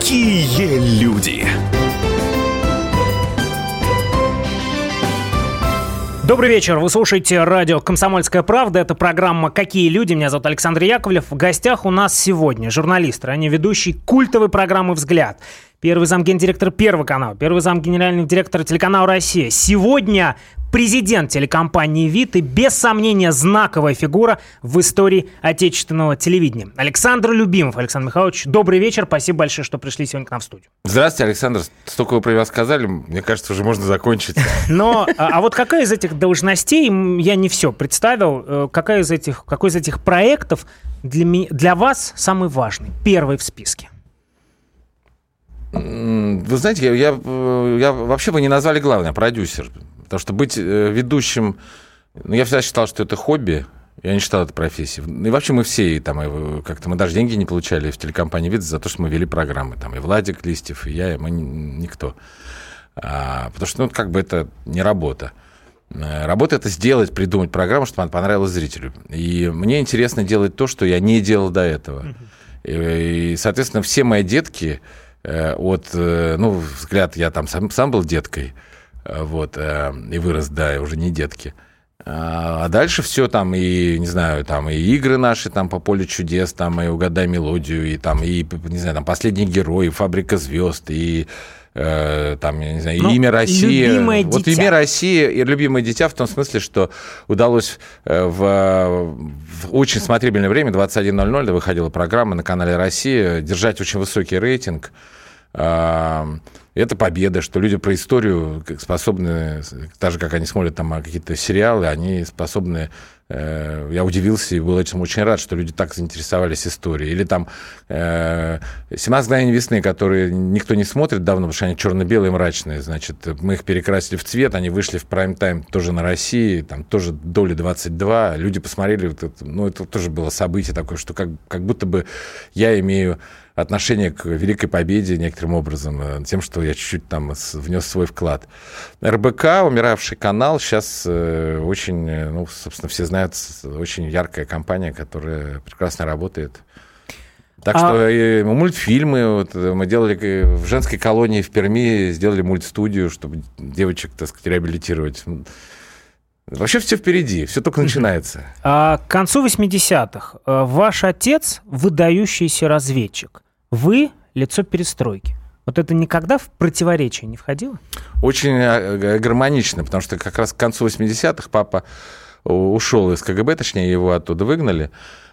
Какие люди? Добрый вечер, вы слушаете радио «Комсомольская правда». Это программа «Какие люди?». Меня зовут Александр Яковлев. В гостях у нас сегодня журналист, ранее ведущий культовой программы «Взгляд», первый замгендиректора Первого канала, первый замгенерального директора телеканала «Россия». Сегодня президент телекомпании «ВИТ» и, без сомнения, знаковая фигура в истории отечественного телевидения. Александр Любимов. Александр Михайлович, добрый вечер. Спасибо большое, что пришли сегодня к нам в студию. Здравствуйте, Александр. Столько вы про вас сказали, мне кажется, уже можно закончить. Но, а вот какая из этих должностей, я не все представил, какой из этих проектов для вас самый важный, первый в списке? Вы знаете, я вообще вы не назвали главное, продюсер. Потому что быть ведущим, я всегда считал, что это хобби, я не считал это профессией. И вообще мы все, там, как-то мы даже деньги не получали в телекомпании «ВИТ» за то, что мы вели программы. Там и Владик Листьев, и я, и мы никто. Потому что, как бы это не работа. Работа – это сделать, придумать программу, чтобы она понравилась зрителю. И мне интересно делать то, что я не делал до этого. И соответственно, все мои детки «Взгляд», я там сам был деткой, и вырос, да, уже не детки. А дальше все там, и, не знаю, там и игры наши там по полю чудес, там и «Угадай мелодию», и там, и, не знаю, там «Последний герой», и «Фабрика звезд», и там, я не знаю, и «Имя России». Любимое дитя. «Имя России» и «Любимое дитя» в том смысле, что удалось в очень смотрибельное время, 21:00, выходила программа на канале «Россия», держать очень высокий рейтинг. Это победа, что люди про историю способны, так же, как они смотрят там какие-то сериалы, они способны... Я удивился и был этим очень рад, что люди так заинтересовались историей. Или там «17 мгновений весны», которые никто не смотрит давно, потому что они черно-белые, мрачные. Значит, мы их перекрасили в цвет, они вышли в прайм-тайм тоже на России, там тоже доли 22. Люди посмотрели, это тоже было событие такое, что как будто бы я имею отношение к Великой Победе некоторым образом, тем, что я чуть-чуть там внес свой вклад. РБК, умиравший канал, сейчас очень, собственно, все знают, очень яркая компания, которая прекрасно работает. Так что мультфильмы, мы делали в женской колонии в Перми, сделали мультстудию, чтобы девочек, так сказать, реабилитировать. Вообще все впереди, все только начинается. К концу 80-х ваш отец выдающийся разведчик. Вы – лицо перестройки. Вот это никогда в противоречие не входило? Очень гармонично, потому что как раз к концу 80-х папа ушел из КГБ, точнее, его оттуда выгнали.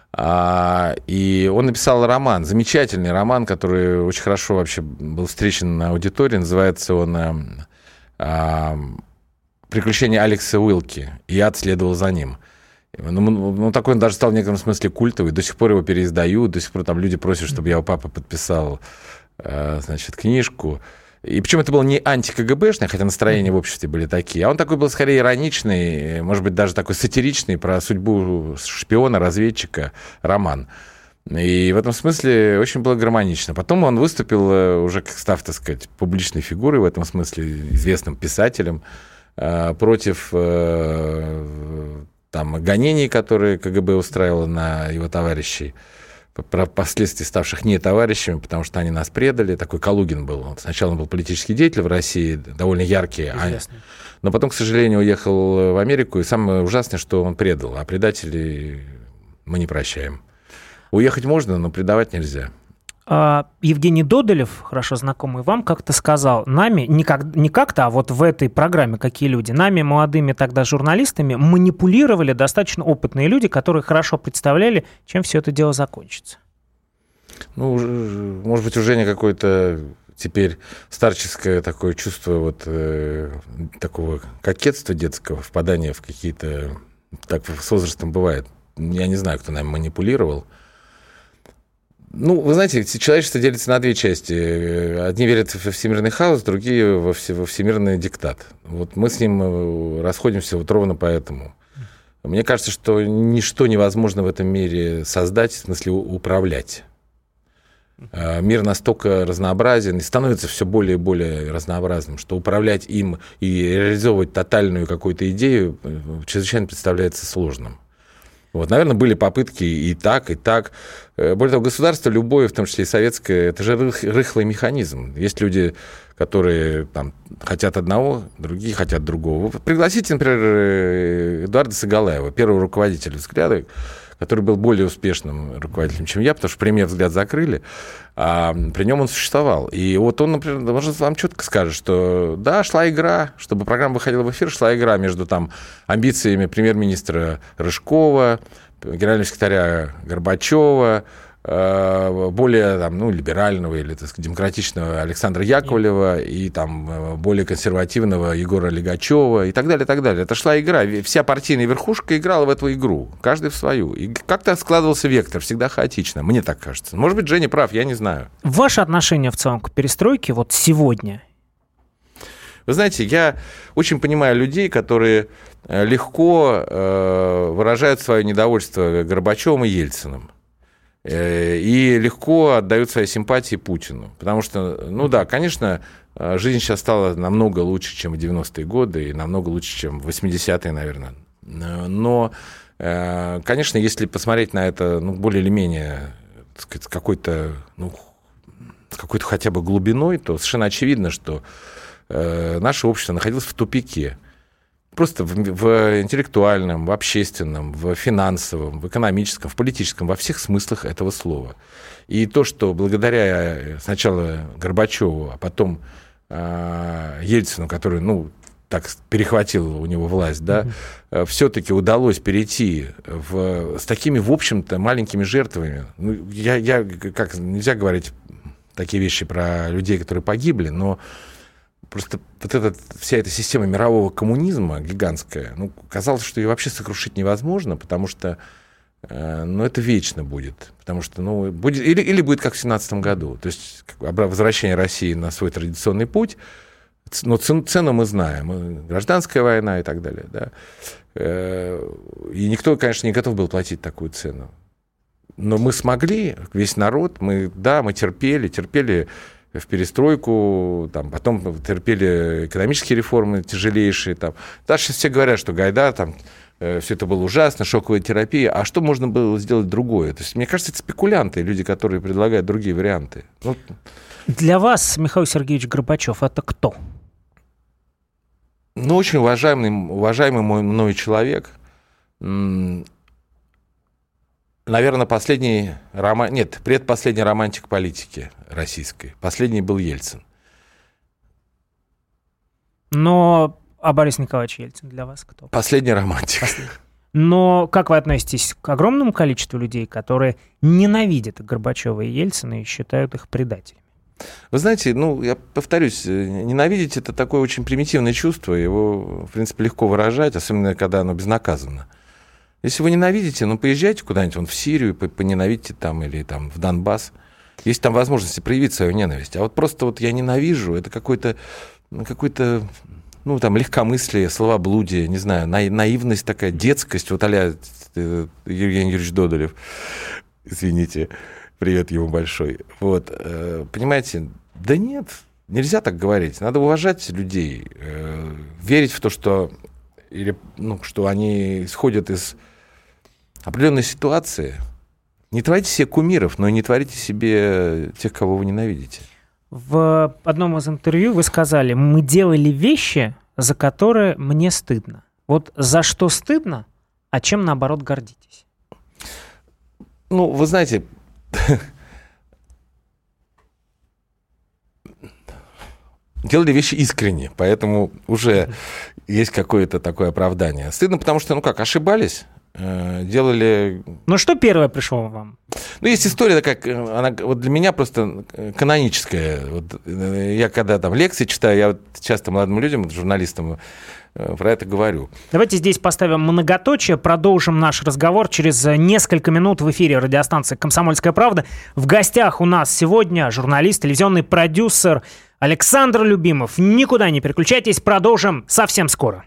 И он написал роман, замечательный роман, который очень хорошо вообще был встречен на аудитории. Называется он «Приключения Алекса Уилки». И я следовал за ним. Такой он даже стал в некотором смысле культовый. До сих пор его переиздают, до сих пор там люди просят, чтобы я у папы подписал, книжку. И причем это было не анти-КГБшное, хотя настроения в обществе были такие, а он такой был скорее ироничный, может быть, даже такой сатиричный, про судьбу шпиона, разведчика, роман. И в этом смысле очень было гармонично. Потом он выступил, уже став, так сказать, публичной фигурой, в этом смысле известным писателем, против гонений, которые КГБ устраивало на его товарищей, впоследствии ставших не товарищами, потому что они нас предали. Такой Калугин был. Сначала он был политический деятель в России, довольно яркий, но потом, к сожалению, уехал в Америку, и самое ужасное, что он предал, а предателей мы не прощаем. Уехать можно, но предавать нельзя. Евгений Додолев, хорошо знакомый вам, как-то сказал, нами, не как-то, а вот в этой программе «Какие люди?», нами, молодыми тогда журналистами, манипулировали достаточно опытные люди, которые хорошо представляли, чем все это дело закончится. Может быть, уже не какое-то теперь старческое такое чувство такого кокетства детского, впадания в какие-то... Так с возрастом бывает. Я не знаю, кто нами манипулировал. Вы знаете, человечество делится на две части. Одни верят во всемирный хаос, другие во всемирный диктат. Мы с ним расходимся ровно поэтому. Мне кажется, что ничто невозможно в этом мире создать, в смысле управлять. Мир настолько разнообразен и становится все более и более разнообразным, что управлять им и реализовывать тотальную какую-то идею чрезвычайно представляется сложным. Вот, наверное, были попытки и так, и так. Более того, государство любое, в том числе и советское, это же рыхлый механизм. Есть люди, которые там хотят одного, другие хотят другого. Пригласите, например, Эдуарда Сагалаева, первого руководителя «Взгляда», который был более успешным руководителем, чем я, потому что при мне «Взгляд» закрыли, а при нем он существовал. И вот он, например, может, вам четко скажет, что да, шла игра, чтобы программа выходила в эфир, шла игра между там амбициями премьер-министра Рыжкова, генерального секретаря Горбачева, более там, либерального или, так сказать, демократичного Александра Яковлева и там более консервативного Егора Легачева и так далее, и так далее. Это шла игра. Вся партийная верхушка играла в эту игру, каждый в свою. И как-то складывался вектор, всегда хаотично, мне так кажется. Может быть, Женя прав, я не знаю. Ваше отношение в целом к перестройке вот сегодня? Вы знаете, я очень понимаю людей, которые легко выражают свое недовольство Горбачевым и Ельциным. И легко отдают свои симпатии Путину. Потому что, конечно, жизнь сейчас стала намного лучше, чем в 90-е годы, и намного лучше, чем в 80-е, наверное. Но, конечно, если посмотреть на это более или менее, так сказать, с какой-то хотя бы глубиной, то совершенно очевидно, что наше общество находилось в тупике. Просто в интеллектуальном, в общественном, в финансовом, в экономическом, в политическом, во всех смыслах этого слова. И то, что благодаря сначала Горбачеву, а потом Ельцину, который, так перехватил у него власть, да, все-таки удалось перейти с такими, в общем-то, маленькими жертвами. Нельзя говорить такие вещи про людей, которые погибли, но просто вся эта система мирового коммунизма гигантская, казалось, что ее вообще сокрушить невозможно, потому что это вечно будет. Потому что будет, или будет как в 17 году. То есть возвращение России на свой традиционный путь, но цену мы знаем. Гражданская война и так далее. Да. И никто, конечно, не готов был платить такую цену. Но мы смогли, весь народ, мы терпели в перестройку, потом терпели экономические реформы тяжелейшие. Даже сейчас все говорят, что Гайдар, все это было ужасно, шоковая терапия. А что можно было сделать другое? То есть, мне кажется, это спекулянты, люди, которые предлагают другие варианты. Для вас Михаил Сергеевич Горбачев — это кто? Очень уважаемый мною человек. Наверное, предпоследний романтик политики российской. Последний был Ельцин. Но Борис Николаевич Ельцин для вас кто? Последний романтик. Но как вы относитесь к огромному количеству людей, которые ненавидят Горбачева и Ельцина и считают их предателями? Вы знаете, я повторюсь, ненавидеть — это такое очень примитивное чувство. Его, в принципе, легко выражать, особенно когда оно безнаказанно. Если вы ненавидите, поезжайте куда-нибудь в Сирию, поненавидьте там или в Донбасс. Есть там возможности проявить свою ненависть. А вот просто я ненавижу, это какое-то легкомыслие, словоблудие, не знаю, наивность такая, детскость, а-ля Евгений Юрьевич Додолев. Извините, привет ему большой. Понимаете, да нет, нельзя так говорить. Надо уважать людей, верить в то, что они исходят из определенной ситуации. Не творите себе кумиров, но и не творите себе тех, кого вы ненавидите. В одном из интервью вы сказали: мы делали вещи, за которые мне стыдно. Вот за что стыдно, а чем, наоборот, гордитесь? Вы знаете, делали вещи искренне, поэтому уже есть какое-то такое оправдание. Стыдно, потому что, ошибались, делали... Что первое пришло вам? Есть история такая, она для меня просто каноническая. Я когда лекции читаю, я часто молодым людям, журналистам, про это говорю. Давайте здесь поставим многоточие, продолжим наш разговор через несколько минут в эфире радиостанции «Комсомольская правда». В гостях у нас сегодня журналист, телевизионный продюсер Александр Любимов. Никуда не переключайтесь, продолжим совсем скоро.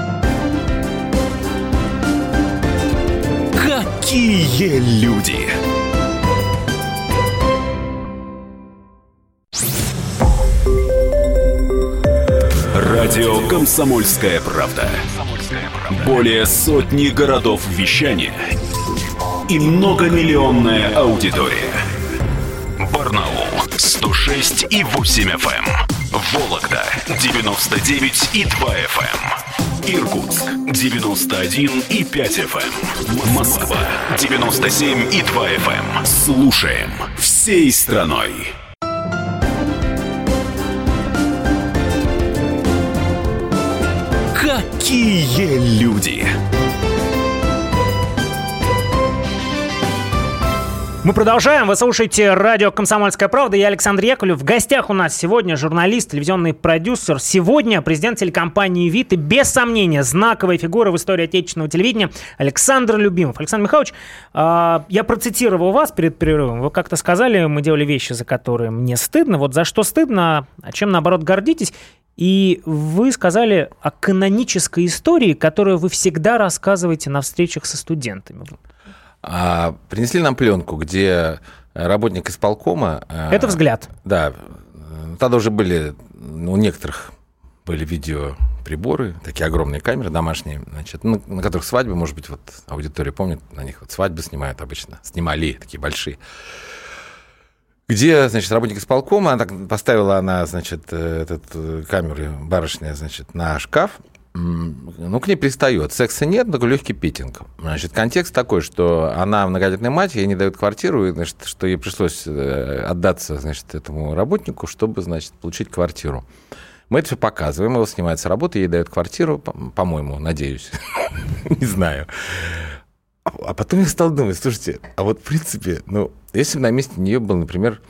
Какие люди! Радио «Комсомольская правда». Более сотни городов вещания и многомиллионная аудитория. Барнаул 106,8 FM. Вологда 99,2 FM. Иркутск 91,5 FM. Москва 97,2 FM. Слушаем всей страной. Какие люди! Мы продолжаем. Вы слушаете радио «Комсомольская правда». Я Александр Яковлев. В гостях у нас сегодня журналист, телевизионный продюсер. Сегодня президент телекомпании «ВИТ» и, без сомнения, знаковая фигура в истории отечественного телевидения Александр Любимов. Александр Михайлович, я процитировал вас перед перерывом. Вы как-то сказали, мы делали вещи, за которые мне стыдно. Вот за что стыдно, а чем, наоборот, гордитесь? И вы сказали о канонической истории, которую вы всегда рассказываете на встречах со студентами. Принесли нам пленку, где работник исполкома... Это «Взгляд». Да. Тогда уже были, у некоторых были видеоприборы, такие огромные камеры домашние, значит, на которых свадьбы, может быть, вот аудитория помнит, на них вот свадьбы снимают обычно, снимали такие большие. Где, значит, работник исполкома, поставила она, значит, эту камеру, барышня, значит, на шкаф. Ну, к ней пристает. Секса нет, только легкий питинг. Значит, контекст такой, что она многодетная мать, ей не дают квартиру, и, значит, что ей пришлось отдаться, значит, этому работнику, чтобы, значит, получить квартиру. Мы это все показываем, его снимает с работы, ей дают квартиру, по-моему, надеюсь. Не знаю. А потом я стал думать, слушайте, а вот в принципе, ну, если бы на месте нее был, например,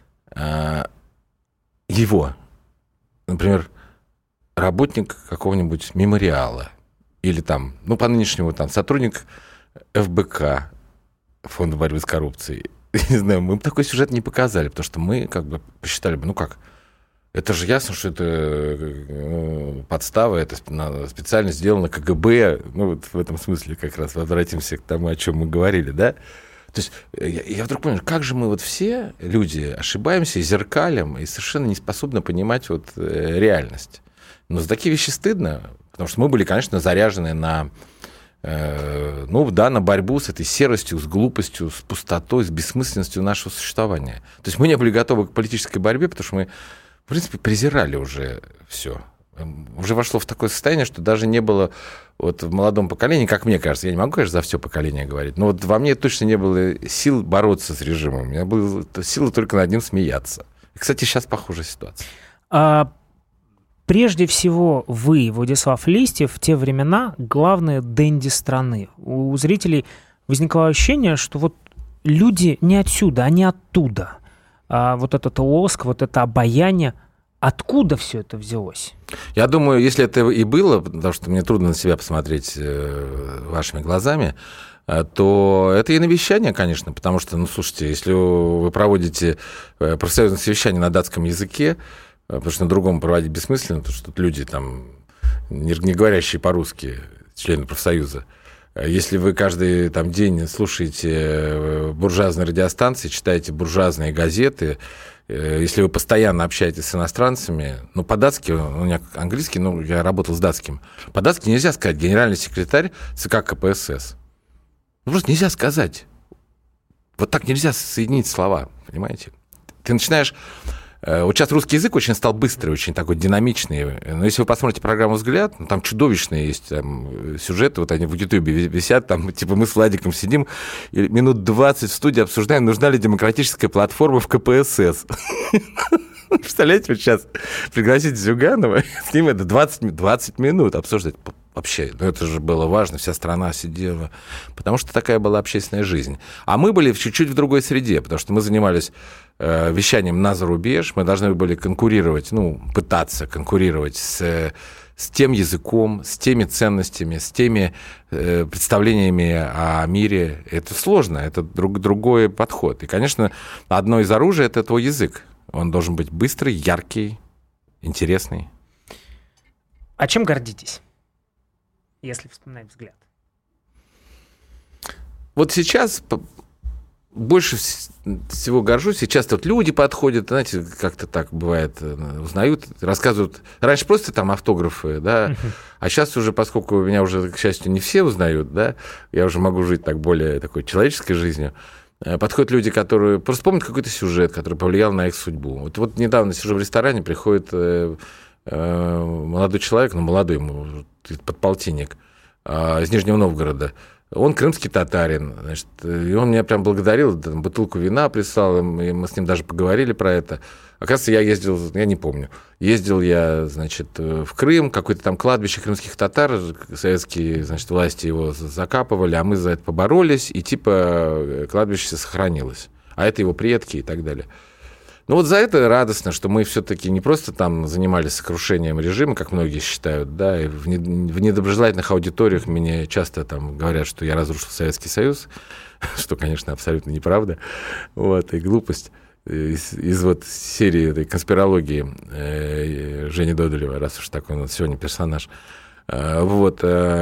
его, например, работник какого-нибудь мемориала или там, ну, по нынешнему там сотрудник ФБК, Фонда борьбы с коррупцией, не знаю, мы бы такой сюжет не показали, потому что мы как бы посчитали бы, ну как, это же ясно, что это подстава, это специально сделано КГБ, ну, вот в этом смысле как раз возвратимся к тому, о чем мы говорили, да? То есть я вдруг понял, как же мы вот все люди ошибаемся и зеркалим, и совершенно не способны понимать вот реальность. Но за такие вещи стыдно, потому что мы были, конечно, заряжены на, ну, да, на борьбу с этой серостью, с глупостью, с пустотой, с бессмысленностью нашего существования. То есть мы не были готовы к политической борьбе, потому что мы, в принципе, презирали уже все. Уже вошло в такое состояние, что даже не было вот в молодом поколении, как мне кажется, я не могу, конечно, за все поколение говорить, но вот во мне точно не было сил бороться с режимом. У меня была сила только над ним смеяться. И, кстати, сейчас похожая ситуация. Прежде всего, вы, Владислав Листьев, в те времена главное дэнди страны. У зрителей возникло ощущение, что вот люди не отсюда, они оттуда. Вот этот лоск, вот это обаяние, откуда все это взялось? Я думаю, если это и было, потому что мне трудно на себя посмотреть вашими глазами, то это и навещание, конечно, потому что, ну, слушайте, если вы проводите профсоюзное совещание на датском языке, потому что на другом проводить бессмысленно, потому что тут люди там, не говорящие по-русски, члены профсоюза. Если вы каждый там день слушаете буржуазные радиостанции, читаете буржуазные газеты, если вы постоянно общаетесь с иностранцами, ну, по-датски, у меня английский, ну, я работал с датским, по-датски нельзя сказать генеральный секретарь ЦК КПСС. Ну, просто нельзя сказать. Вот так нельзя соединить слова, понимаете? Ты начинаешь... Вот сейчас русский язык очень стал быстрый, очень такой динамичный. Но если вы посмотрите программу «Взгляд», ну, там чудовищные есть там сюжеты, вот они в Ютубе висят, там, типа, мы с Владиком сидим, и минут 20 в студии обсуждаем, нужна ли демократическая платформа в КПСС. Представляете, вот сейчас пригласить Зюганова, с ним это 20 минут обсуждать. Вообще, ну это же было важно, вся страна сидела, потому что такая была общественная жизнь. А мы были чуть-чуть в другой среде, потому что мы занимались вещанием на зарубеж, мы должны были конкурировать, ну, пытаться конкурировать с тем языком, с теми ценностями, с теми представлениями о мире. Это сложно, это другой подход. И, конечно, одно из оружий – это твой язык. Он должен быть быстрый, яркий, интересный. А чем гордитесь, если вспоминать «Взгляд»? Вот сейчас больше всего горжусь. И часто вот люди подходят, знаете, как-то так бывает, узнают, рассказывают. Раньше просто там автографы, да, а сейчас уже, поскольку меня уже, к счастью, не все узнают, да, я уже могу жить так более такой человеческой жизнью. Подходят люди, которые просто помнят какой-то сюжет, который повлиял на их судьбу. Вот недавно сижу в ресторане, приходит молодой человек, молодой, подполтинник, из Нижнего Новгорода. Он крымский татарин, значит, и он меня прям благодарил, бутылку вина прислал, и мы с ним даже поговорили про это. Оказывается, я ездил, я не помню, ездил я, значит, в Крым, какое-то там кладбище крымских татар, советские, значит, власти его закапывали, а мы за это поборолись, и типа кладбище сохранилось, а это его предки и так далее. Ну вот за это радостно, что мы все-таки не просто там занимались сокрушением режима, как многие считают, да, и в недоброжелательных аудиториях мне часто там говорят, что я разрушил Советский Союз, что, конечно, абсолютно неправда, вот, и глупость из вот серии этой конспирологии Жени Додолева, раз уж такой вот сегодня персонаж. Вот.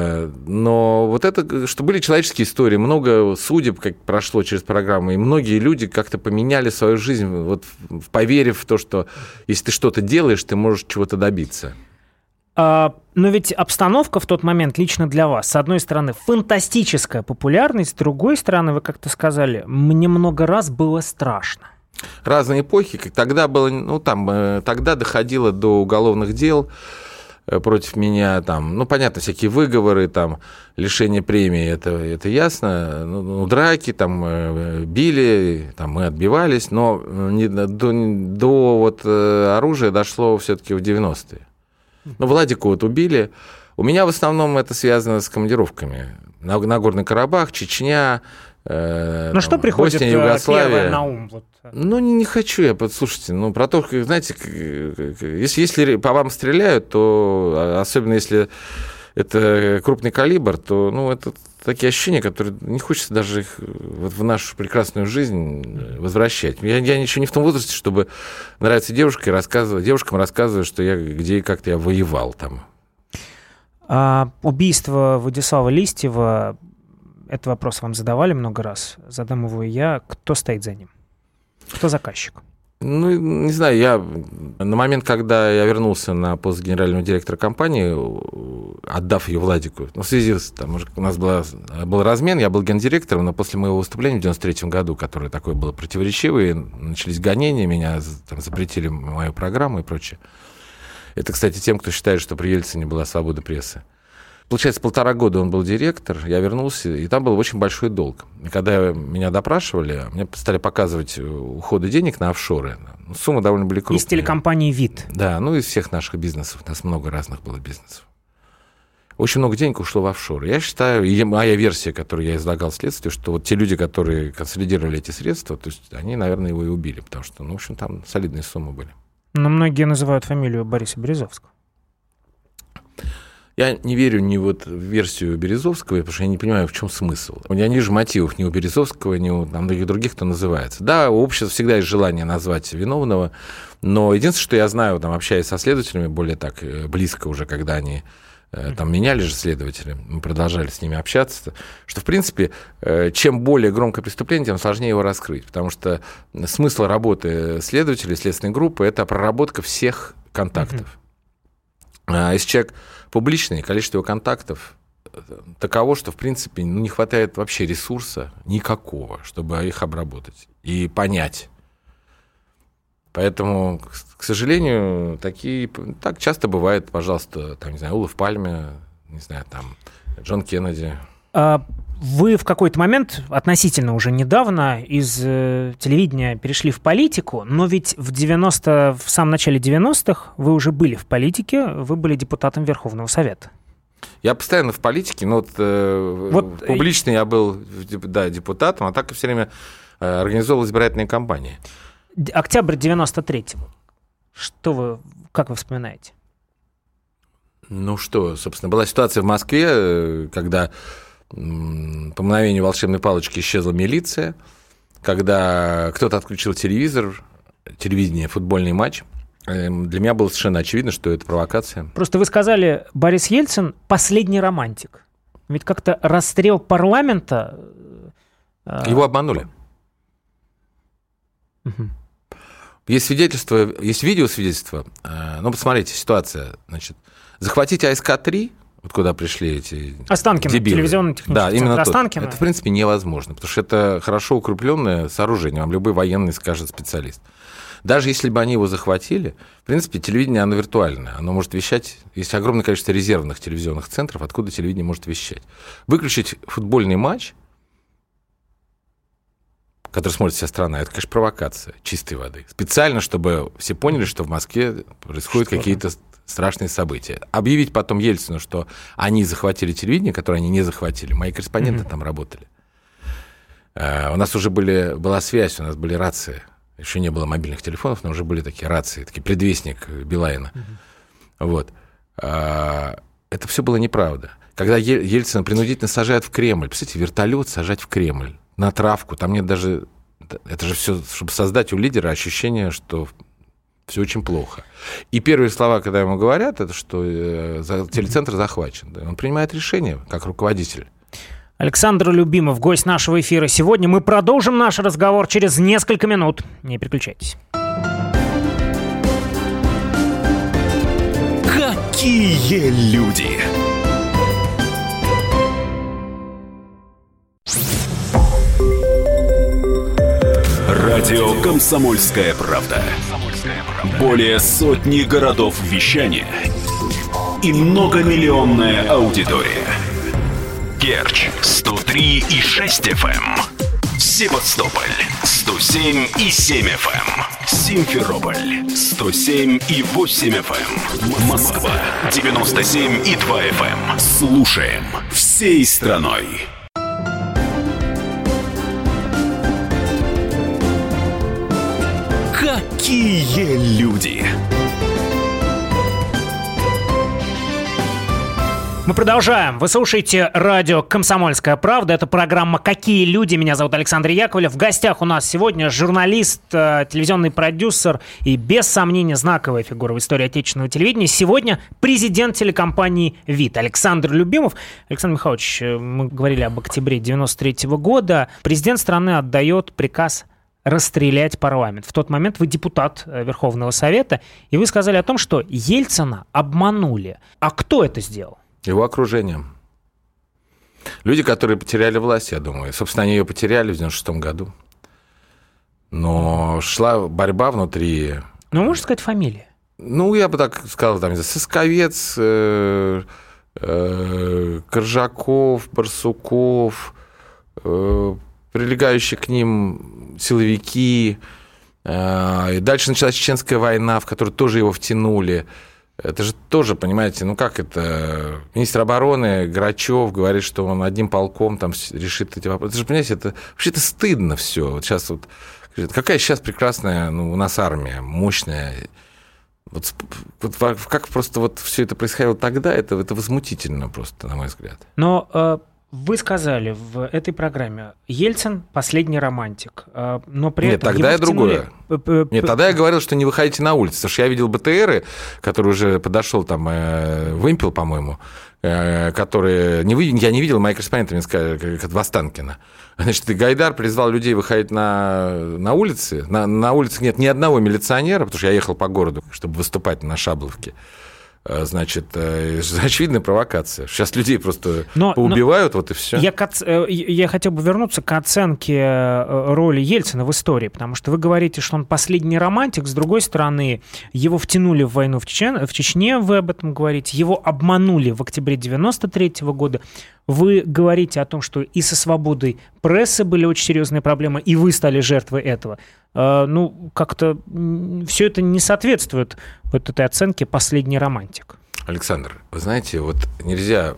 Но вот это, что были человеческие истории, много судеб, как прошло через программу, и многие люди как-то поменяли свою жизнь, вот поверив в то, что если ты что-то делаешь, ты можешь чего-то добиться. Но ведь обстановка в тот момент лично для вас, с одной стороны, фантастическая популярность, с другой стороны, вы как-то сказали, мне много раз было страшно. Разные эпохи, как тогда было, ну там, тогда доходило до уголовных дел против меня, там, ну, понятно, всякие выговоры, там, лишение премии, это ясно, ну, драки, там, били, там, мы отбивались, но до вот оружия дошло все-таки в 90-е. Ну, Владику вот убили. У меня в основном это связано с командировками. Нагорный Карабах, Чечня, ну, что приходит первое на ум? Вот. Ну, не хочу я, слушайте, ну, про то, знаете, если по вам стреляют, то, особенно если это крупный калибр, то, ну, это такие ощущения, которые не хочется даже их вот в нашу прекрасную жизнь возвращать. Я еще не в том возрасте, чтобы нравиться девушкам рассказывать, что я где и как-то я воевал там. Убийство Владислава Листьева, этот вопрос вам задавали много раз, задам его и я. Кто стоит за ним? Кто заказчик? Ну, не знаю, я на момент, когда я вернулся на пост генерального директора компании, отдав ее Владику, в связи с, там, у нас был размен, я был гендиректором, но после моего выступления в 93 году, которое такое было противоречивое, начались гонения, меня там запретили мою программу и прочее. Это, кстати, тем, кто считает, что при Ельцине была свобода прессы. Получается, 1,5 года он был директор, я вернулся, и там был очень большой долг. И когда меня допрашивали, мне стали показывать уходы денег на офшоры. Суммы довольно были крупные. Из телекомпании «Вид». Да, ну из всех наших бизнесов. У нас много разных было бизнесов. Очень много денег ушло в офшоры. Я считаю, и моя версия, которую я излагал в следствии, что вот те люди, которые консолидировали эти средства, то есть они, наверное, его и убили, потому что, ну, в общем, там солидные суммы были. Но многие называют фамилию Бориса Березовского. Я не верю ни вот в версию Березовского, потому что я не понимаю, в чем смысл. Я не вижу мотивов ни у Березовского, ни у многих других, кто называется. Да, у общества всегда есть желание назвать виновного, но единственное, что я знаю, там, общаясь со следователями, более так близко уже, когда они там меняли же следователи, мы продолжали с ними общаться, что, в принципе, чем более громкое преступление, тем сложнее его раскрыть, потому что смысл работы следователей, следственной группы – это проработка всех контактов. Если человек публичный, количество его контактов таково, что, в принципе, не хватает вообще ресурса никакого, чтобы их обработать и понять. Поэтому, к сожалению, так часто бывает, пожалуйста, там, не знаю, Олаф Пальме, не знаю, там, Джон Кеннеди. Вы в какой-то момент, относительно уже недавно, из телевидения перешли в политику, но ведь в самом начале 90-х вы уже были в политике, вы были депутатом Верховного Совета. Я постоянно в политике, но вот публично я был, да, депутатом, а так и все время организовывал избирательные кампании. Октябрь 93-го. Как вы вспоминаете? Ну что, собственно, была ситуация в Москве, когда по мгновению волшебной палочки исчезла милиция, когда кто-то отключил телевидение, футбольный матч. Для меня было совершенно очевидно, что это провокация. Просто вы сказали, Борис Ельцин – последний романтик. Ведь как-то расстрел парламента… Его обманули. Есть свидетельство, есть видеосвидетельство. Ну, посмотрите, ситуация. Значит, захватить АСК-3, вот куда пришли эти Останкино, дебилы. телевизионный технический да, именно центр Останкино. Это, в принципе, невозможно, потому что это хорошо укрепленное сооружение, вам любой военный скажет специалист. Даже если бы они его захватили, в принципе, телевидение, оно виртуальное, оно может вещать, есть огромное количество резервных телевизионных центров, откуда телевидение может вещать. Выключить футбольный матч, который смотрит вся страна, это, конечно, провокация чистой воды. Специально, чтобы все поняли, что в Москве происходят какие-то страшные события. Объявить потом Ельцину, что они захватили телевидение, которое они не захватили. Мои корреспонденты там работали. У нас уже была связь, у нас были рации. Еще не было мобильных телефонов, но уже были такие рации, такие предвестник Билайна. Вот. Это все было неправда. Когда Ельцина принудительно сажают в Кремль, представляете, вертолет сажать в Кремль, на травку, там нет даже... Это же все, чтобы создать у лидера ощущение, что все очень плохо. И первые слова, когда ему говорят, это что телецентр захвачен. Он принимает решение как руководитель. Александр Любимов, гость нашего эфира сегодня. Мы продолжим наш разговор через несколько минут. Не переключайтесь. Какие люди? Радио «Комсомольская правда». Более сотни городов вещания и многомиллионная аудитория. Керчь 103,6 FM, Севастополь 107,7 FM, Симферополь 107,8 FM, Москва 97,2 FM. Слушаем всей страной. Какие люди? Мы продолжаем. Вы слушаете радио «Комсомольская правда». Это программа «Какие люди?». Меня зовут Александр Яковлев. В гостях у нас сегодня журналист, телевизионный продюсер и, без сомнения, знаковая фигура в истории отечественного телевидения. Сегодня президент телекомпании ВИТ Александр Любимов. Александр Михайлович, мы говорили об октябре 1993 года. Президент страны отдает приказ расстрелять парламент. В тот момент вы депутат Верховного Совета, и вы сказали о том, что Ельцина обманули. А кто это сделал? Его окружение. Люди, которые потеряли власть, я думаю. Собственно, они ее потеряли в 1996 году. Но шла борьба внутри. Ну, можно сказать фамилии? Ну, я бы так сказал, там, Сысковец, Коржаков, Барсуков, прилегающие к ним силовики. И дальше началась Чеченская война, в которую тоже его втянули. Это же тоже, понимаете, ну как это... Министр обороны Грачев говорит, что он одним полком там решит эти вопросы. Это же, понимаете, это вообще-то стыдно все. Вот сейчас вот... Какая сейчас прекрасная у нас армия, мощная. Вот как просто вот все это происходило тогда, это возмутительно просто, на мой взгляд. Но... Вы сказали в этой программе, Ельцин – последний романтик, но при этом... Нет, тогда я другое. Нет, тогда я говорил, что не выходите на улицу, потому что я видел БТРы, который уже подошел, там, вымпел, по-моему, которые... Я не видел, мои корреспонденты мне сказали, как в Останкино. Значит, Гайдар призвал людей выходить на улицы. На улицах нет ни одного милиционера, потому что я ехал по городу, чтобы выступать на Шабловке. Значит, очевидная провокация. Сейчас людей просто поубивают, вот и все. Я хотел бы вернуться к оценке роли Ельцина в истории, потому что вы говорите, что он последний романтик, с другой стороны, его втянули в войну в Чечне, вы об этом говорите, его обманули в октябре 1993 года. Вы говорите о том, что и со свободой прессы были очень серьезные проблемы, и вы стали жертвой этого. Ну, как-то все это не соответствует вот этой оценке «последний романтик». Александр, вы знаете, вот нельзя...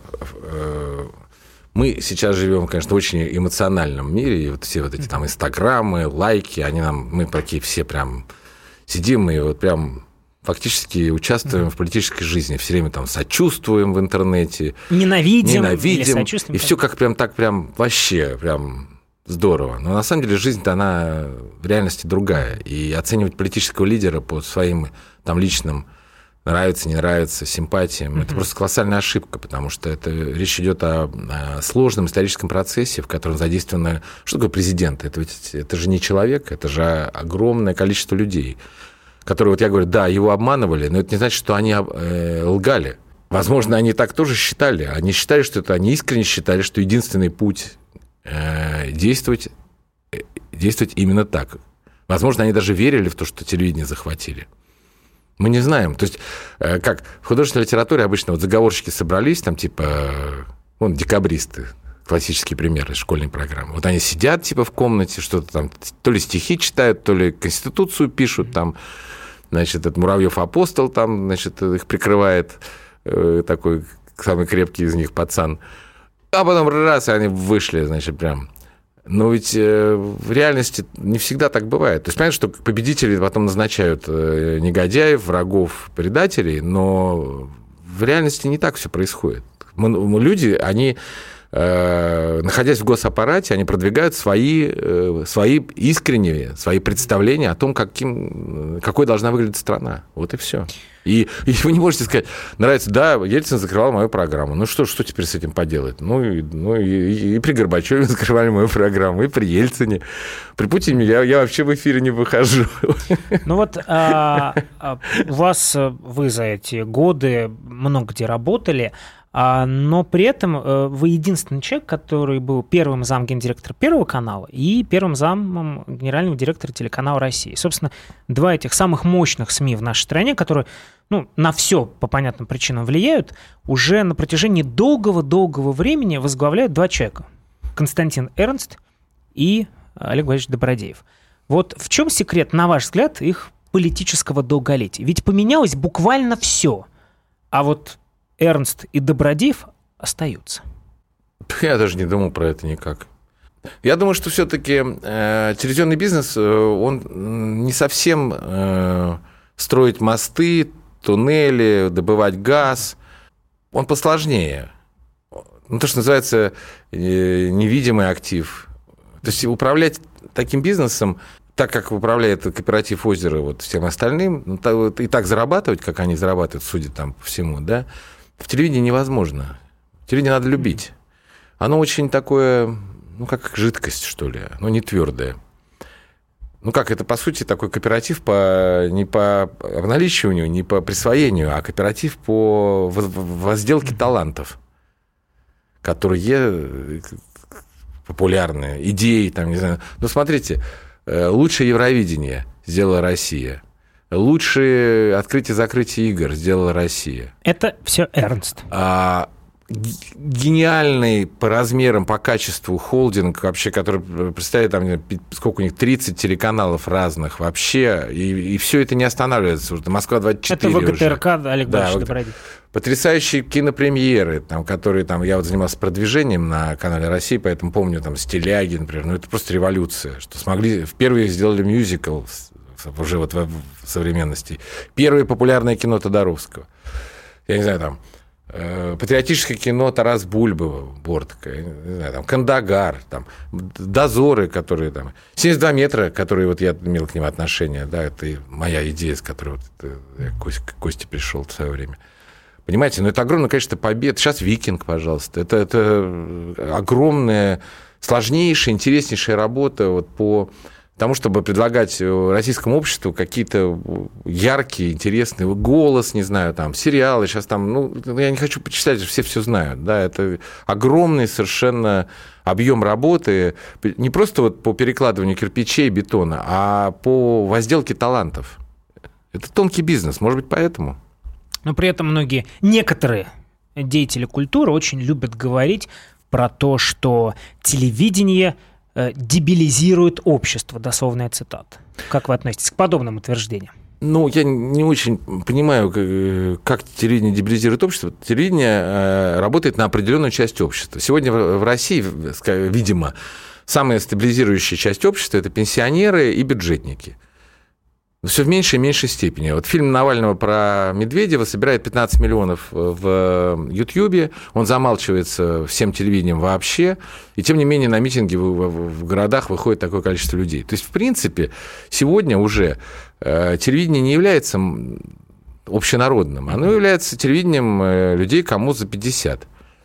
Мы сейчас живем, конечно, в очень эмоциональном мире, и вот все вот эти там инстаграмы, лайки, мы такие все прям сидим и вот прям... фактически участвуем в политической жизни, все время там сочувствуем в интернете, ненавидим или сочувствуем. И все как прям так прям вообще прям здорово. Но на самом деле жизнь-то она в реальности другая. И оценивать политического лидера по своим там личным нравится, не нравится, симпатиям. Это просто колоссальная ошибка, потому что речь идет о сложном историческом процессе, в котором задействовано... Что такое президент? Это же не человек, это же огромное количество людей, которые, вот я говорю, да, его обманывали, но это не значит, что они лгали. Возможно, они так тоже считали. Они считали, что они искренне считали, что единственный путь действовать именно так. Возможно, они даже верили в то, что телевидение захватили. Мы не знаем. То есть, как в художественной литературе обычно вот заговорщики собрались, там, типа, декабристы, классический пример из школьной программы. Вот они сидят, типа, в комнате, что-то там, то ли стихи читают, то ли Конституцию пишут, там, значит, этот Муравьев-апостол, там, значит, их прикрывает такой самый крепкий из них пацан. А потом раз, и они вышли, значит, прям... Но ведь в реальности не всегда так бывает. То есть, понятно, что победители потом назначают негодяев, врагов, предателей, но в реальности не так все происходит. Люди, они, находясь в госаппарате, они продвигают свои искренние, свои представления о том, какой должна выглядеть страна. Вот и все. И вы не можете сказать, нравится, да, Ельцин закрывал мою программу. Ну что теперь с этим поделать? И при Горбачеве закрывали мою программу, и при Ельцине. При Путине я вообще в эфире не выхожу. Ну вот вы за эти годы много где работали, но при этом вы единственный человек, который был первым замгендиректора Первого канала и первым замом генерального директора телеканала «Россия». И, собственно, два этих самых мощных СМИ в нашей стране, которые на все по понятным причинам влияют, уже на протяжении долгого времени возглавляют два человека. Константин Эрнст и Олег Валерьевич Добродеев. Вот в чем секрет, на ваш взгляд, их политического долголетия? Ведь поменялось буквально все. А вот Эрнст и Добродеев остаются. Я даже не думал про это никак. Я думаю, что все-таки телевизионный бизнес, он не совсем строить мосты, туннели, добывать газ. Он посложнее. То, что называется невидимый актив. То есть управлять таким бизнесом, так как управляет кооператив «Озеро» всем остальным, и так зарабатывать, как они зарабатывают, судя там по всему, да, в телевидении невозможно. Телевидение надо любить. Оно очень такое, как жидкость, что ли, оно не твердое. Это, по сути, такой кооператив не по обналичиванию, не по присвоению, а кооператив по возделке талантов, которые популярные, идеи, там, не знаю. Смотрите, лучшее Евровидение сделала Россия. Лучшие открытие-закрытие игр сделала Россия. Это все Эрнст. Гениальный по размерам, по качеству холдинг, вообще, который представляет, там, сколько у них, 30 телеканалов разных вообще, и все это не останавливается. Москва-24 это ВГТРК, Олег Валерьевич Добродеев. Потрясающие кинопремьеры, которые я занимался продвижением на канале «Россия», поэтому помню, «Стиляги», например, это просто революция, что впервые сделали мюзикл уже в современности. Первое популярное кино Тодоровского. Я не знаю, патриотическое кино Тарас Бульба, Бортко, не знаю, Кандагар, Дозоры, которые 72 метра, которые я имел к ним отношение, да, это моя идея, с которой я к Косте пришел в свое время. Понимаете, это огромное количество побед. Сейчас «Викинг», пожалуйста. Это огромная, сложнейшая, интереснейшая работа по тому, чтобы предлагать российскому обществу какие-то яркие, интересные, «Голос», не знаю, сериалы. Сейчас я не хочу почитать, все знают. Да, это огромный совершенно объем работы, не просто по перекладыванию кирпичей, бетона, а по возделке талантов. Это тонкий бизнес, может быть, поэтому. Но при этом некоторые деятели культуры очень любят говорить про то, что телевидение дебилизирует общество, дословная цитата. Как вы относитесь к подобным утверждениям? Я не очень понимаю, как телевидение дебилизирует общество. Телевидение работает на определенную часть общества. Сегодня в России, видимо, самая стабилизирующая часть общества – это пенсионеры и бюджетники. Все в меньшей и меньшей степени. Фильм Навального про Медведева собирает 15 миллионов в Ютьюбе, он замалчивается всем телевидением вообще, и тем не менее на митинги в городах выходит такое количество людей. То есть, в принципе, сегодня уже телевидение не является общенародным. Оно является телевидением людей, кому за 50.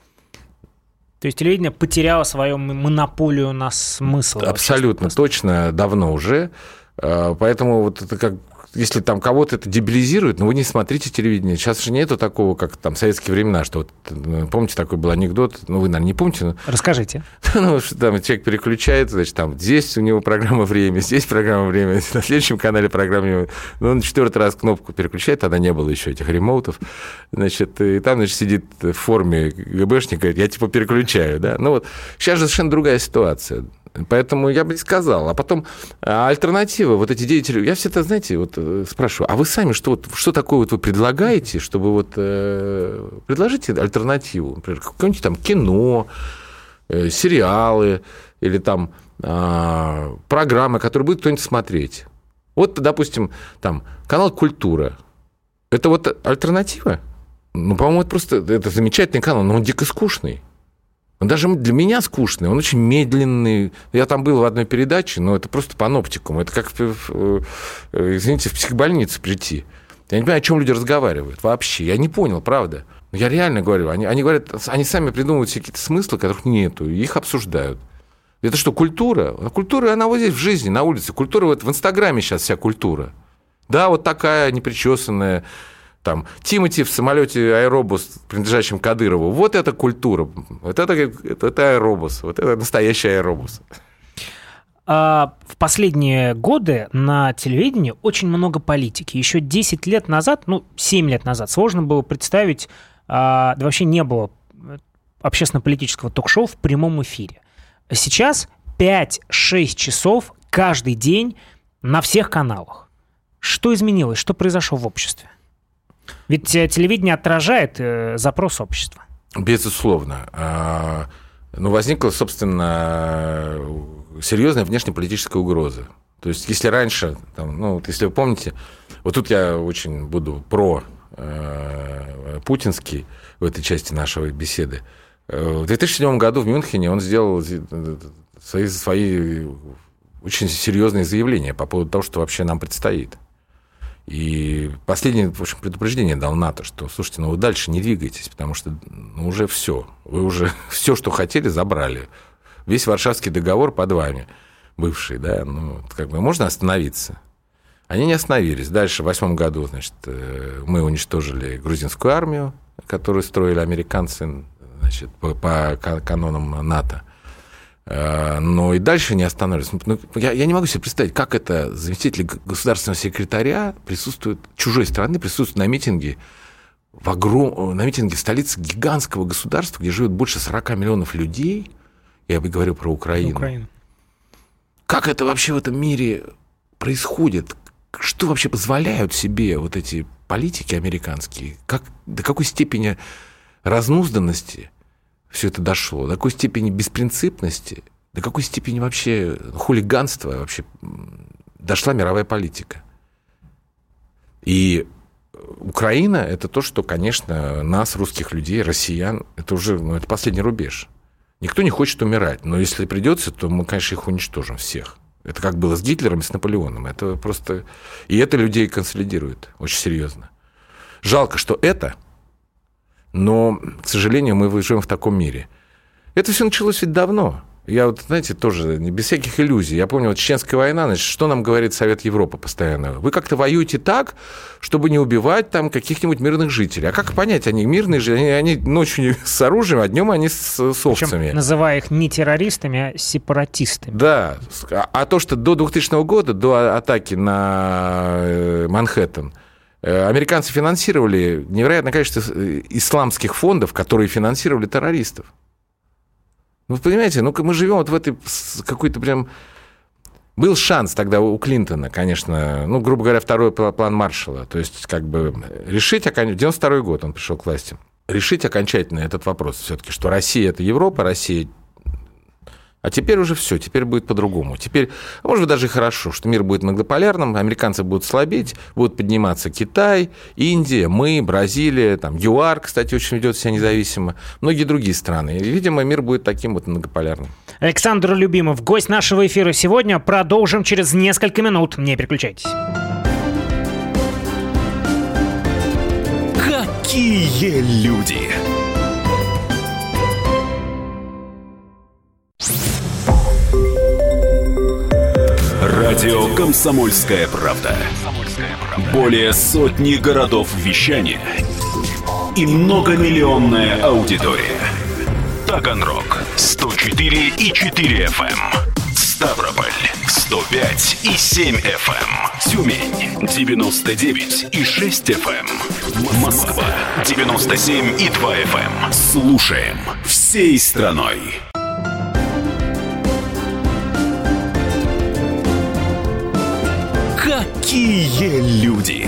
То есть телевидение потеряло свою монополию на смысл? Абсолютно, точно, давно уже. Поэтому вот это как... Если там кого-то это дебилизирует, вы не смотрите телевидение. Сейчас же нету такого, как там в советские времена, что вот, помните, такой был анекдот, вы, наверное, не помните. Но... Расскажите. Что там человек переключает, значит, там здесь у него программа «Время», здесь программа «Время», на следующем канале программа «Время». Но он 4-й раз кнопку переключает, тогда не было еще этих ремоутов, значит, и там, значит, сидит в форме ГБшник, говорит, я типа переключаю, да. Ну вот, сейчас же совершенно другая ситуация. Поэтому я бы не сказал. А потом альтернатива, вот эти деятели... Я всегда, знаете, вот спрашиваю, а вы сами что такое вот вы предлагаете, чтобы вот... предложите альтернативу. Например, какое-нибудь там кино, сериалы или там программы, которые будет кто-нибудь смотреть. Вот, допустим, там канал «Культура». Это вот альтернатива? Ну, по-моему, это замечательный канал, но он дико скучный. Он даже для меня скучный, он очень медленный. Я там был в одной передаче, но это просто паноптикум. Это как, извините, в психбольницу прийти. Я не понимаю, о чем люди разговаривают вообще. Я не понял, правда. Я реально говорю. Они говорят, они сами придумывают все какие-то смыслы, которых нету, и их обсуждают. Это что, культура? Культура, она вот здесь в жизни, на улице. Культура, вот в Инстаграме сейчас вся культура. Да, вот такая непричесанная... Там, Тимати в самолете аэробус, принадлежащем Кадырову. Вот это культура. Вот это аэробус. Вот это настоящий аэробус. В последние годы на телевидении очень много политики. Еще 10 лет назад, 7 лет назад сложно было представить, да вообще не было общественно-политического ток-шоу в прямом эфире. Сейчас 5-6 часов каждый день на всех каналах. Что изменилось? Что произошло в обществе? Ведь телевидение отражает запрос общества. Безусловно. Возникла, собственно, серьезная внешнеполитическая угроза. То есть, если раньше, если вы помните, вот тут я очень буду путинский в этой части нашей беседы. В 2007 году в Мюнхене он сделал свои очень серьезные заявления по поводу того, что вообще нам предстоит. И последнее, в общем, предупреждение дал НАТО, что, слушайте, вы дальше не двигайтесь, потому что уже все. Вы уже все, что хотели, забрали. Весь Варшавский договор под вами, бывший, да, можно остановиться. Они не остановились. Дальше, в 2008 году, значит, мы уничтожили грузинскую армию, которую строили американцы, значит, по канонам НАТО. Но и дальше не останавливались. Я не могу себе представить, как это заместитель государственного секретаря чужой страны присутствует на митинге на митинге столицы гигантского государства, где живет больше 40 миллионов людей. Я бы говорил про Украину. Как это вообще в этом мире происходит? Что вообще позволяют себе вот эти политики американские? До какой степени разнузданности все это дошло, до какой степени беспринципности, до какой степени вообще хулиганства вообще дошла мировая политика. И Украина – это то, что, конечно, нас, русских людей, россиян, это уже это последний рубеж. Никто не хочет умирать, но если придется, то мы, конечно, их уничтожим всех. Это как было с Гитлером и с Наполеоном. Это просто... И это людей консолидирует очень серьезно. Жалко, что это... Но, к сожалению, мы живем в таком мире. Это все началось ведь давно. Я знаете, тоже без всяких иллюзий. Я помню, Чеченская война, значит, что нам говорит Совет Европы постоянно? Вы как-то воюете так, чтобы не убивать там каких-нибудь мирных жителей. А как понять, они мирные жители, они ночью с оружием, а днем они с овцами. Причем, называя их не террористами, а сепаратистами. Да. А то, что до 2000 года, до атаки на Манхэттен, американцы финансировали невероятное количество исламских фондов, которые финансировали террористов. Вы понимаете, мы живем вот в этой какой-то прям... Был шанс тогда у Клинтона, конечно, грубо говоря, второй план Маршалла. То есть, решить... В 92-й год он пришел к власти. Решить окончательно этот вопрос все-таки, что Россия – это Европа, Россия... А теперь уже все, теперь будет по-другому. Теперь, может быть, даже и хорошо, что мир будет многополярным, американцы будут слабеть, будут подниматься Китай, Индия, мы, Бразилия, ЮАР, кстати, очень ведет себя независимо, многие другие страны. И, видимо, мир будет таким вот многополярным. Александр Любимов, гость нашего эфира сегодня. Продолжим через несколько минут. Не переключайтесь. Какие люди! Радио «Комсомольская правда». Более сотни городов вещания и многомиллионная аудитория. Таганрог 104,4 FM. Ставрополь 105,7 FM. Тюмень 99,6 FM. Москва 97,2 FM. Слушаем всей страной. Какие люди!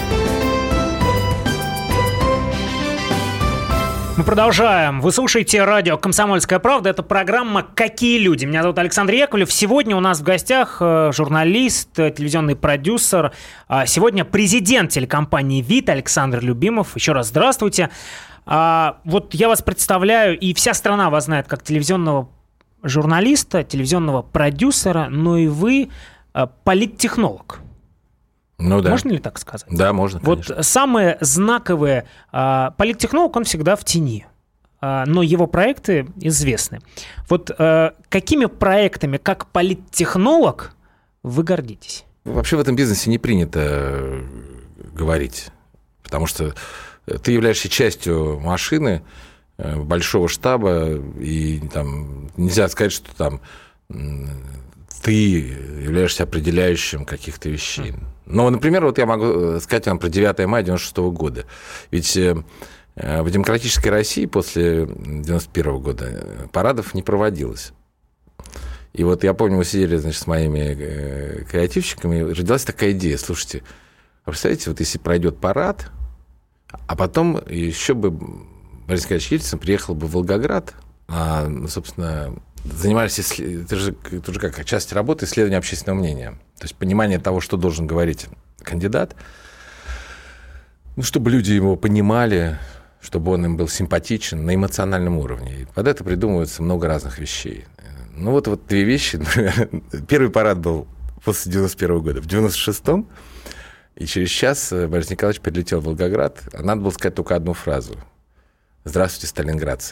Мы продолжаем. Вы слушаете радио «Комсомольская правда». Это программа «Какие люди?». Меня зовут Александр Яковлев. Сегодня у нас в гостях журналист, телевизионный продюсер. Сегодня президент телекомпании «ВИТ» Александр Любимов. Еще раз здравствуйте. Вот я вас представляю, и вся страна вас знает как телевизионного журналиста, телевизионного продюсера, но и вы политтехнолог. Ну да. Можно ли так сказать? Да, можно, конечно. Вот самые знаковые... Политтехнолог, он всегда в тени, но его проекты известны. Вот какими проектами, как политтехнолог, вы гордитесь? Вообще в этом бизнесе не принято говорить, потому что ты являешься частью машины, большого штаба, и там нельзя сказать, что там ты являешься определяющим каких-то вещей. Ну, например, вот я могу сказать вам про 9 мая 1996 года. Ведь в демократической России после 1991 года парадов не проводилось. И вот я помню, мы сидели, значит, с моими креативщиками, и родилась такая идея. Слушайте, представляете, вот если пройдет парад, а потом еще бы Борис Николаевич Ельцин приехал бы в Волгоград, собственно, занимались, это же как часть работы исследования общественного мнения. То есть понимание того, что должен говорить кандидат, ну, чтобы люди его понимали, чтобы он им был симпатичен на эмоциональном уровне. И под это придумывается много разных вещей. Ну, вот две вещи. Первый парад был после 91 года. В 96-м, и через час Борис Николаевич прилетел в Волгоград, а надо было сказать только одну фразу. «Здравствуйте, сталинградцы».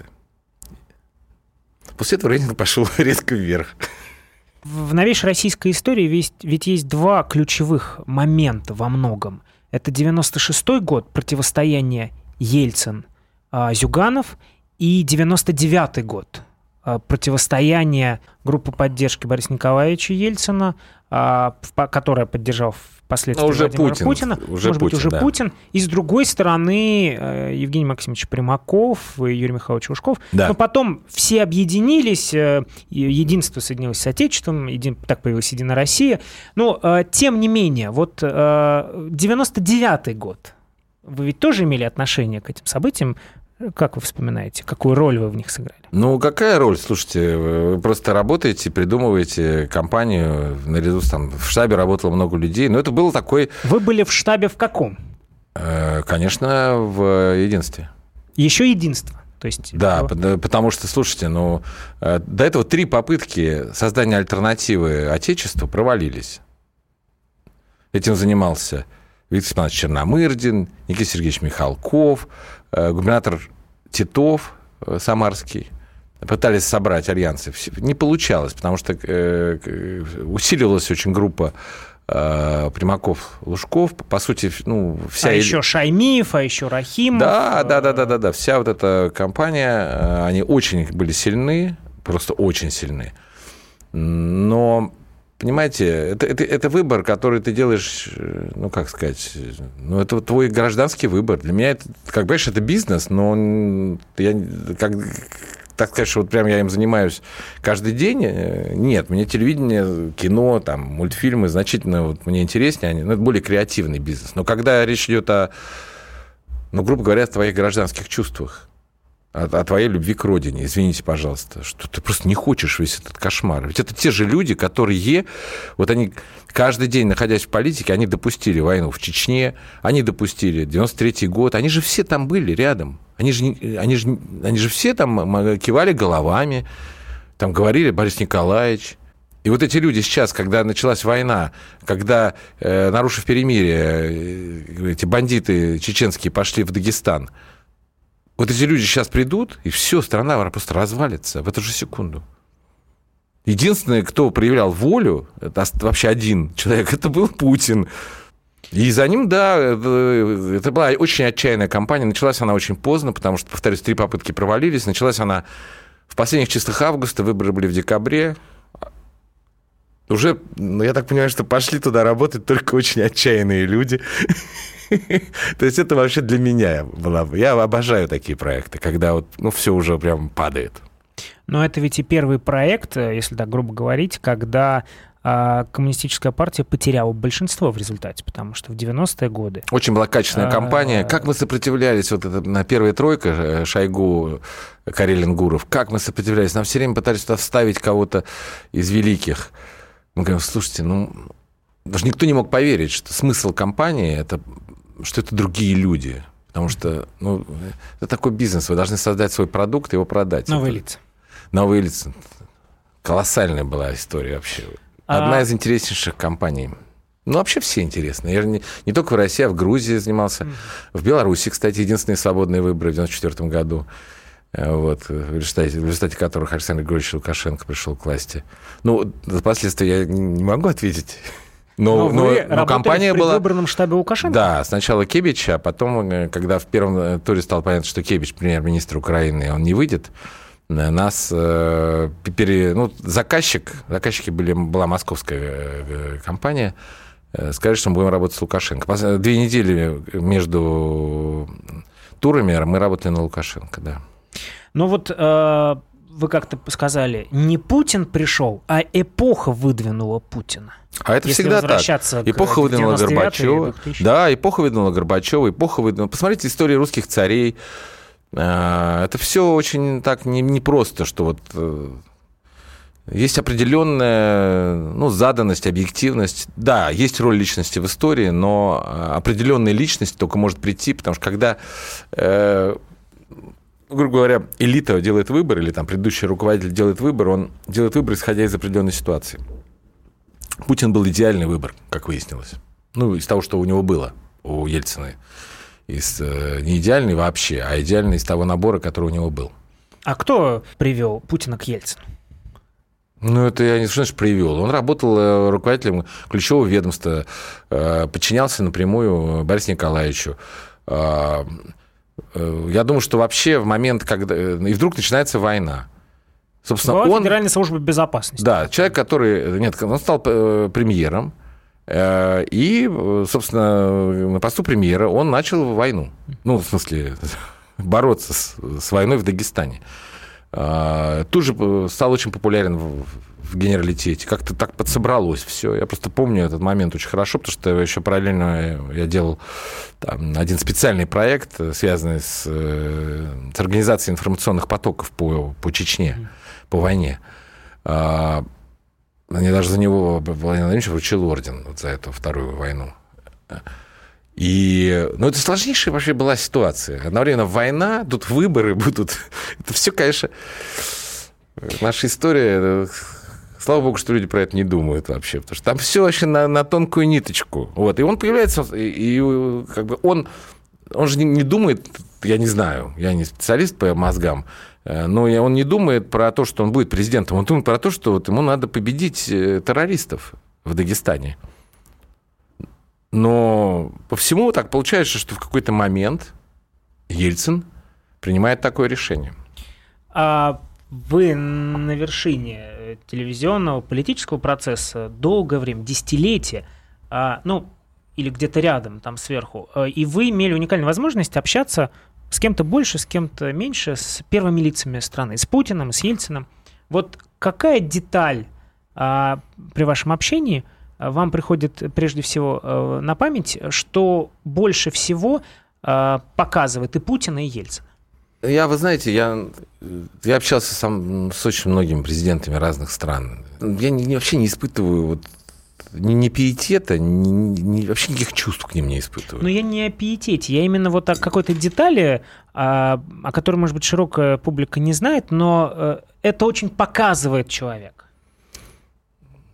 После этого рейтинг пошел резко вверх. В новейшей российской истории ведь есть два ключевых момента во многом. Это 96-й год, противостояние Ельцин-Зюганов, и 99-й год, противостояние группы поддержки Бориса Николаевича Ельцина, которая поддержала впоследствии Владимира Путина. Может быть, уже Путин. И с другой стороны, Евгений Максимович Примаков и Юрий Михайлович Лужков. Да. Но потом все объединились, единство соединилось с Отечеством, так появилась «Единая Россия». Но, тем не менее, вот 99-й год, вы ведь тоже имели отношение к этим событиям. Как вы вспоминаете? Какую роль вы в них сыграли? Ну, какая роль? Слушайте, вы просто работаете, придумываете компанию, наряду с там в штабе работало много людей, но это было такой... Вы были в штабе в каком? Конечно, в «Единстве». Еще «Единство». То есть... Да, потому что, слушайте, до этого 3 попытки создания альтернативы Отечеству провалились. Этим занимался Виктор Степанович Черномырдин, Никита Сергеевич Михалков, губернатор Титов самарский. Пытались собрать альянсы. Не получалось, потому что усиливалась очень группа Примаков-Лужков. По сути, вся... еще Шаймиев, а еще Рахимов. Да. Вся вот эта компания, они очень были сильны, просто очень сильны. Но... Понимаете, это выбор, который ты делаешь, как сказать, это твой гражданский выбор. Для меня это, понимаешь, это бизнес, но так сказать, что вот прям я им занимаюсь каждый день. Нет, мне телевидение, кино, там, мультфильмы значительно мне интереснее, это более креативный бизнес. Но когда речь идет грубо говоря, о твоих гражданских чувствах, о твоей любви к родине, извините, пожалуйста, что ты просто не хочешь весь этот кошмар. Ведь это те же люди, которые, вот они каждый день, находясь в политике, они допустили войну в Чечне, они допустили 93-й год, они же все там были рядом, они же все там кивали головами, там говорили Борис Николаевич, И вот эти люди сейчас, когда началась война, когда, нарушив перемирие, эти бандиты чеченские пошли в Дагестан, вот эти люди сейчас придут, и все, страна просто развалится в эту же секунду. Единственный, кто проявлял волю, это вообще один человек, это был Путин. И за ним, да, это была очень отчаянная кампания. Началась она очень поздно, потому что, повторюсь, 3 попытки провалились. Началась она в последних числах августа, выборы были в декабре. Уже, я так понимаю, что пошли туда работать только очень отчаянные люди. То есть это вообще для меня было. Я обожаю такие проекты, когда вот, все уже прям падает. Но это ведь и первый проект, если так грубо говорить, когда коммунистическая партия потеряла большинство в результате, потому что в 90-е годы... Очень была качественная кампания. Как мы сопротивлялись, вот это на первая тройка, Шойгу, Карелин, Гуров, как мы сопротивлялись. Нам все время пытались туда вставить кого-то из великих. Мы говорим, слушайте, даже никто не мог поверить, что смысл кампании что это другие люди. Потому что, это такой бизнес. Вы должны создать свой продукт и его продать. Новые лица. Новые лица. Колоссальная была история вообще. Одна из интереснейших компаний. Вообще все интересные. Я же не только в России, а в Грузии занимался. В Беларуси, кстати, единственные свободные выборы в 1994 году. Вот, в результате которых Александр Григорьевич Лукашенко пришел к власти. Последствия я не могу ответить. Но компания была... в предвыборном штабе Лукашенко? Да, сначала Кебич, а потом, когда в первом туре стало понятно, что Кебич, премьер-министр Украины, он не выйдет, нас заказчики была московская компания, сказали, что мы будем работать с Лукашенко. 2 недели между турами мы работали на Лукашенко, да. Вы как-то сказали, не Путин пришел, а эпоха выдвинула Путина. А это всегда так. Эпоха выдвинула Горбачева. Да, эпоха выдвинула Горбачева, Посмотрите историю русских царей. Это все очень так непросто, что есть определенная заданность, объективность. Да, есть роль личности в истории, но определенная личность только может прийти, потому что когда... грубо говоря, элита делает выбор, или там предыдущий руководитель делает выбор, он делает выбор, исходя из определенной ситуации. Путин был идеальный выбор, как выяснилось. Из того, что у него было, у Ельцина. Не идеальный вообще, а идеальный из того набора, который у него был. А кто привел Путина к Ельцину? Это я не знаю, что привел. Он работал руководителем ключевого ведомства, подчинялся напрямую Борису Николаевичу. Я думаю, что вообще в момент, когда... И вдруг начинается война. Собственно, Глава Федеральной службы безопасности. Да, человек, который... Нет, он стал премьером. И, собственно, на посту премьера он начал войну. В смысле, бороться с войной в Дагестане. Тут же стал очень популярен в генералитете. Как-то так подсобралось все. Я просто помню этот момент очень хорошо, потому что еще параллельно я делал один специальный проект, связанный с организацией информационных потоков по Чечне, по войне. Мне даже за него Владимир Владимирович вручил орден за эту вторую войну. И, это сложнейшая вообще была ситуация. Одновременно война, тут выборы будут. Это все, конечно, наша история. Слава богу, что люди про это не думают вообще, потому что там все вообще на тонкую ниточку. И он появляется, и он же не думает, я не знаю, я не специалист по мозгам, но он не думает про то, что он будет президентом. Он думает про то, что ему надо победить террористов в Дагестане. Но по всему так получается, что в какой-то момент Ельцин принимает такое решение. А вы на вершине телевизионного политического процесса долгое время, десятилетия, или где-то рядом, там сверху, и вы имели уникальную возможность общаться с кем-то больше, с кем-то меньше, с первыми лицами страны, с Путиным, с Ельциным. Какая деталь при вашем общении вам приходит прежде всего на память, что больше всего показывает и Путина, и Ельцина? Вы знаете, я общался с очень многими президентами разных стран. Я вообще не испытываю ни пиетета, вообще никаких чувств к ним не испытываю. Но я не о пиетете, я именно о какой-то детали, о которой, может быть, широкая публика не знает, но это очень показывает человека.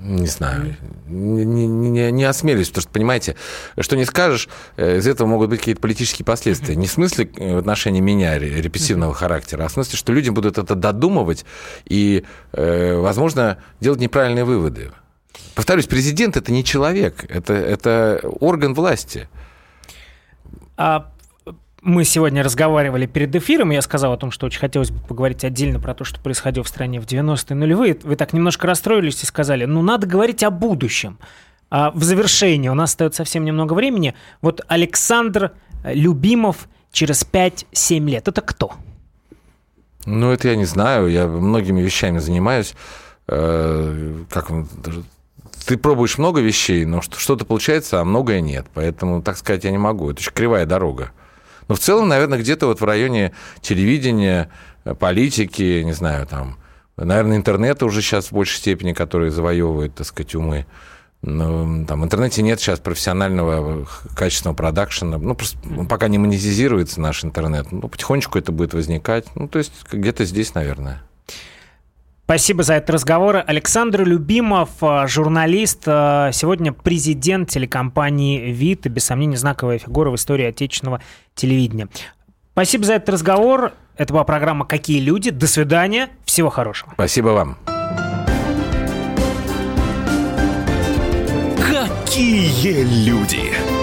Не знаю, не осмелюсь, потому что, понимаете, что не скажешь, из этого могут быть какие-то политические последствия. Не в смысле в отношении меня репрессивного характера, а в смысле, что люди будут это додумывать и, возможно, делать неправильные выводы. Повторюсь, президент – это не человек, это орган власти. Мы сегодня разговаривали перед эфиром, и я сказал о том, что очень хотелось бы поговорить отдельно про то, что происходило в стране в 90-е нулевые. Вы так немножко расстроились и сказали, надо говорить о будущем. А в завершении у нас остается совсем немного времени. Вот Александр Любимов через 5-7 лет. Это кто? Это я не знаю. Я многими вещами занимаюсь. Ты пробуешь много вещей, но что-то получается, а многое нет. Поэтому, так сказать, я не могу. Это очень кривая дорога. Но в целом, наверное, где-то вот в районе телевидения, политики, не знаю, там, наверное, интернета уже сейчас в большей степени, который завоевывает, так сказать, умы. Но, там, в интернете нет сейчас профессионального качественного продакшена. Просто пока не монетизируется наш интернет. Потихонечку это будет возникать. То есть где-то здесь, наверное. Спасибо за этот разговор. Александр Любимов, журналист, сегодня президент телекомпании ВИТ и, без сомнения, знаковая фигура в истории отечественного телевидения. Спасибо за этот разговор. Это была программа «Какие люди?». До свидания. Всего хорошего. Спасибо вам. Какие люди?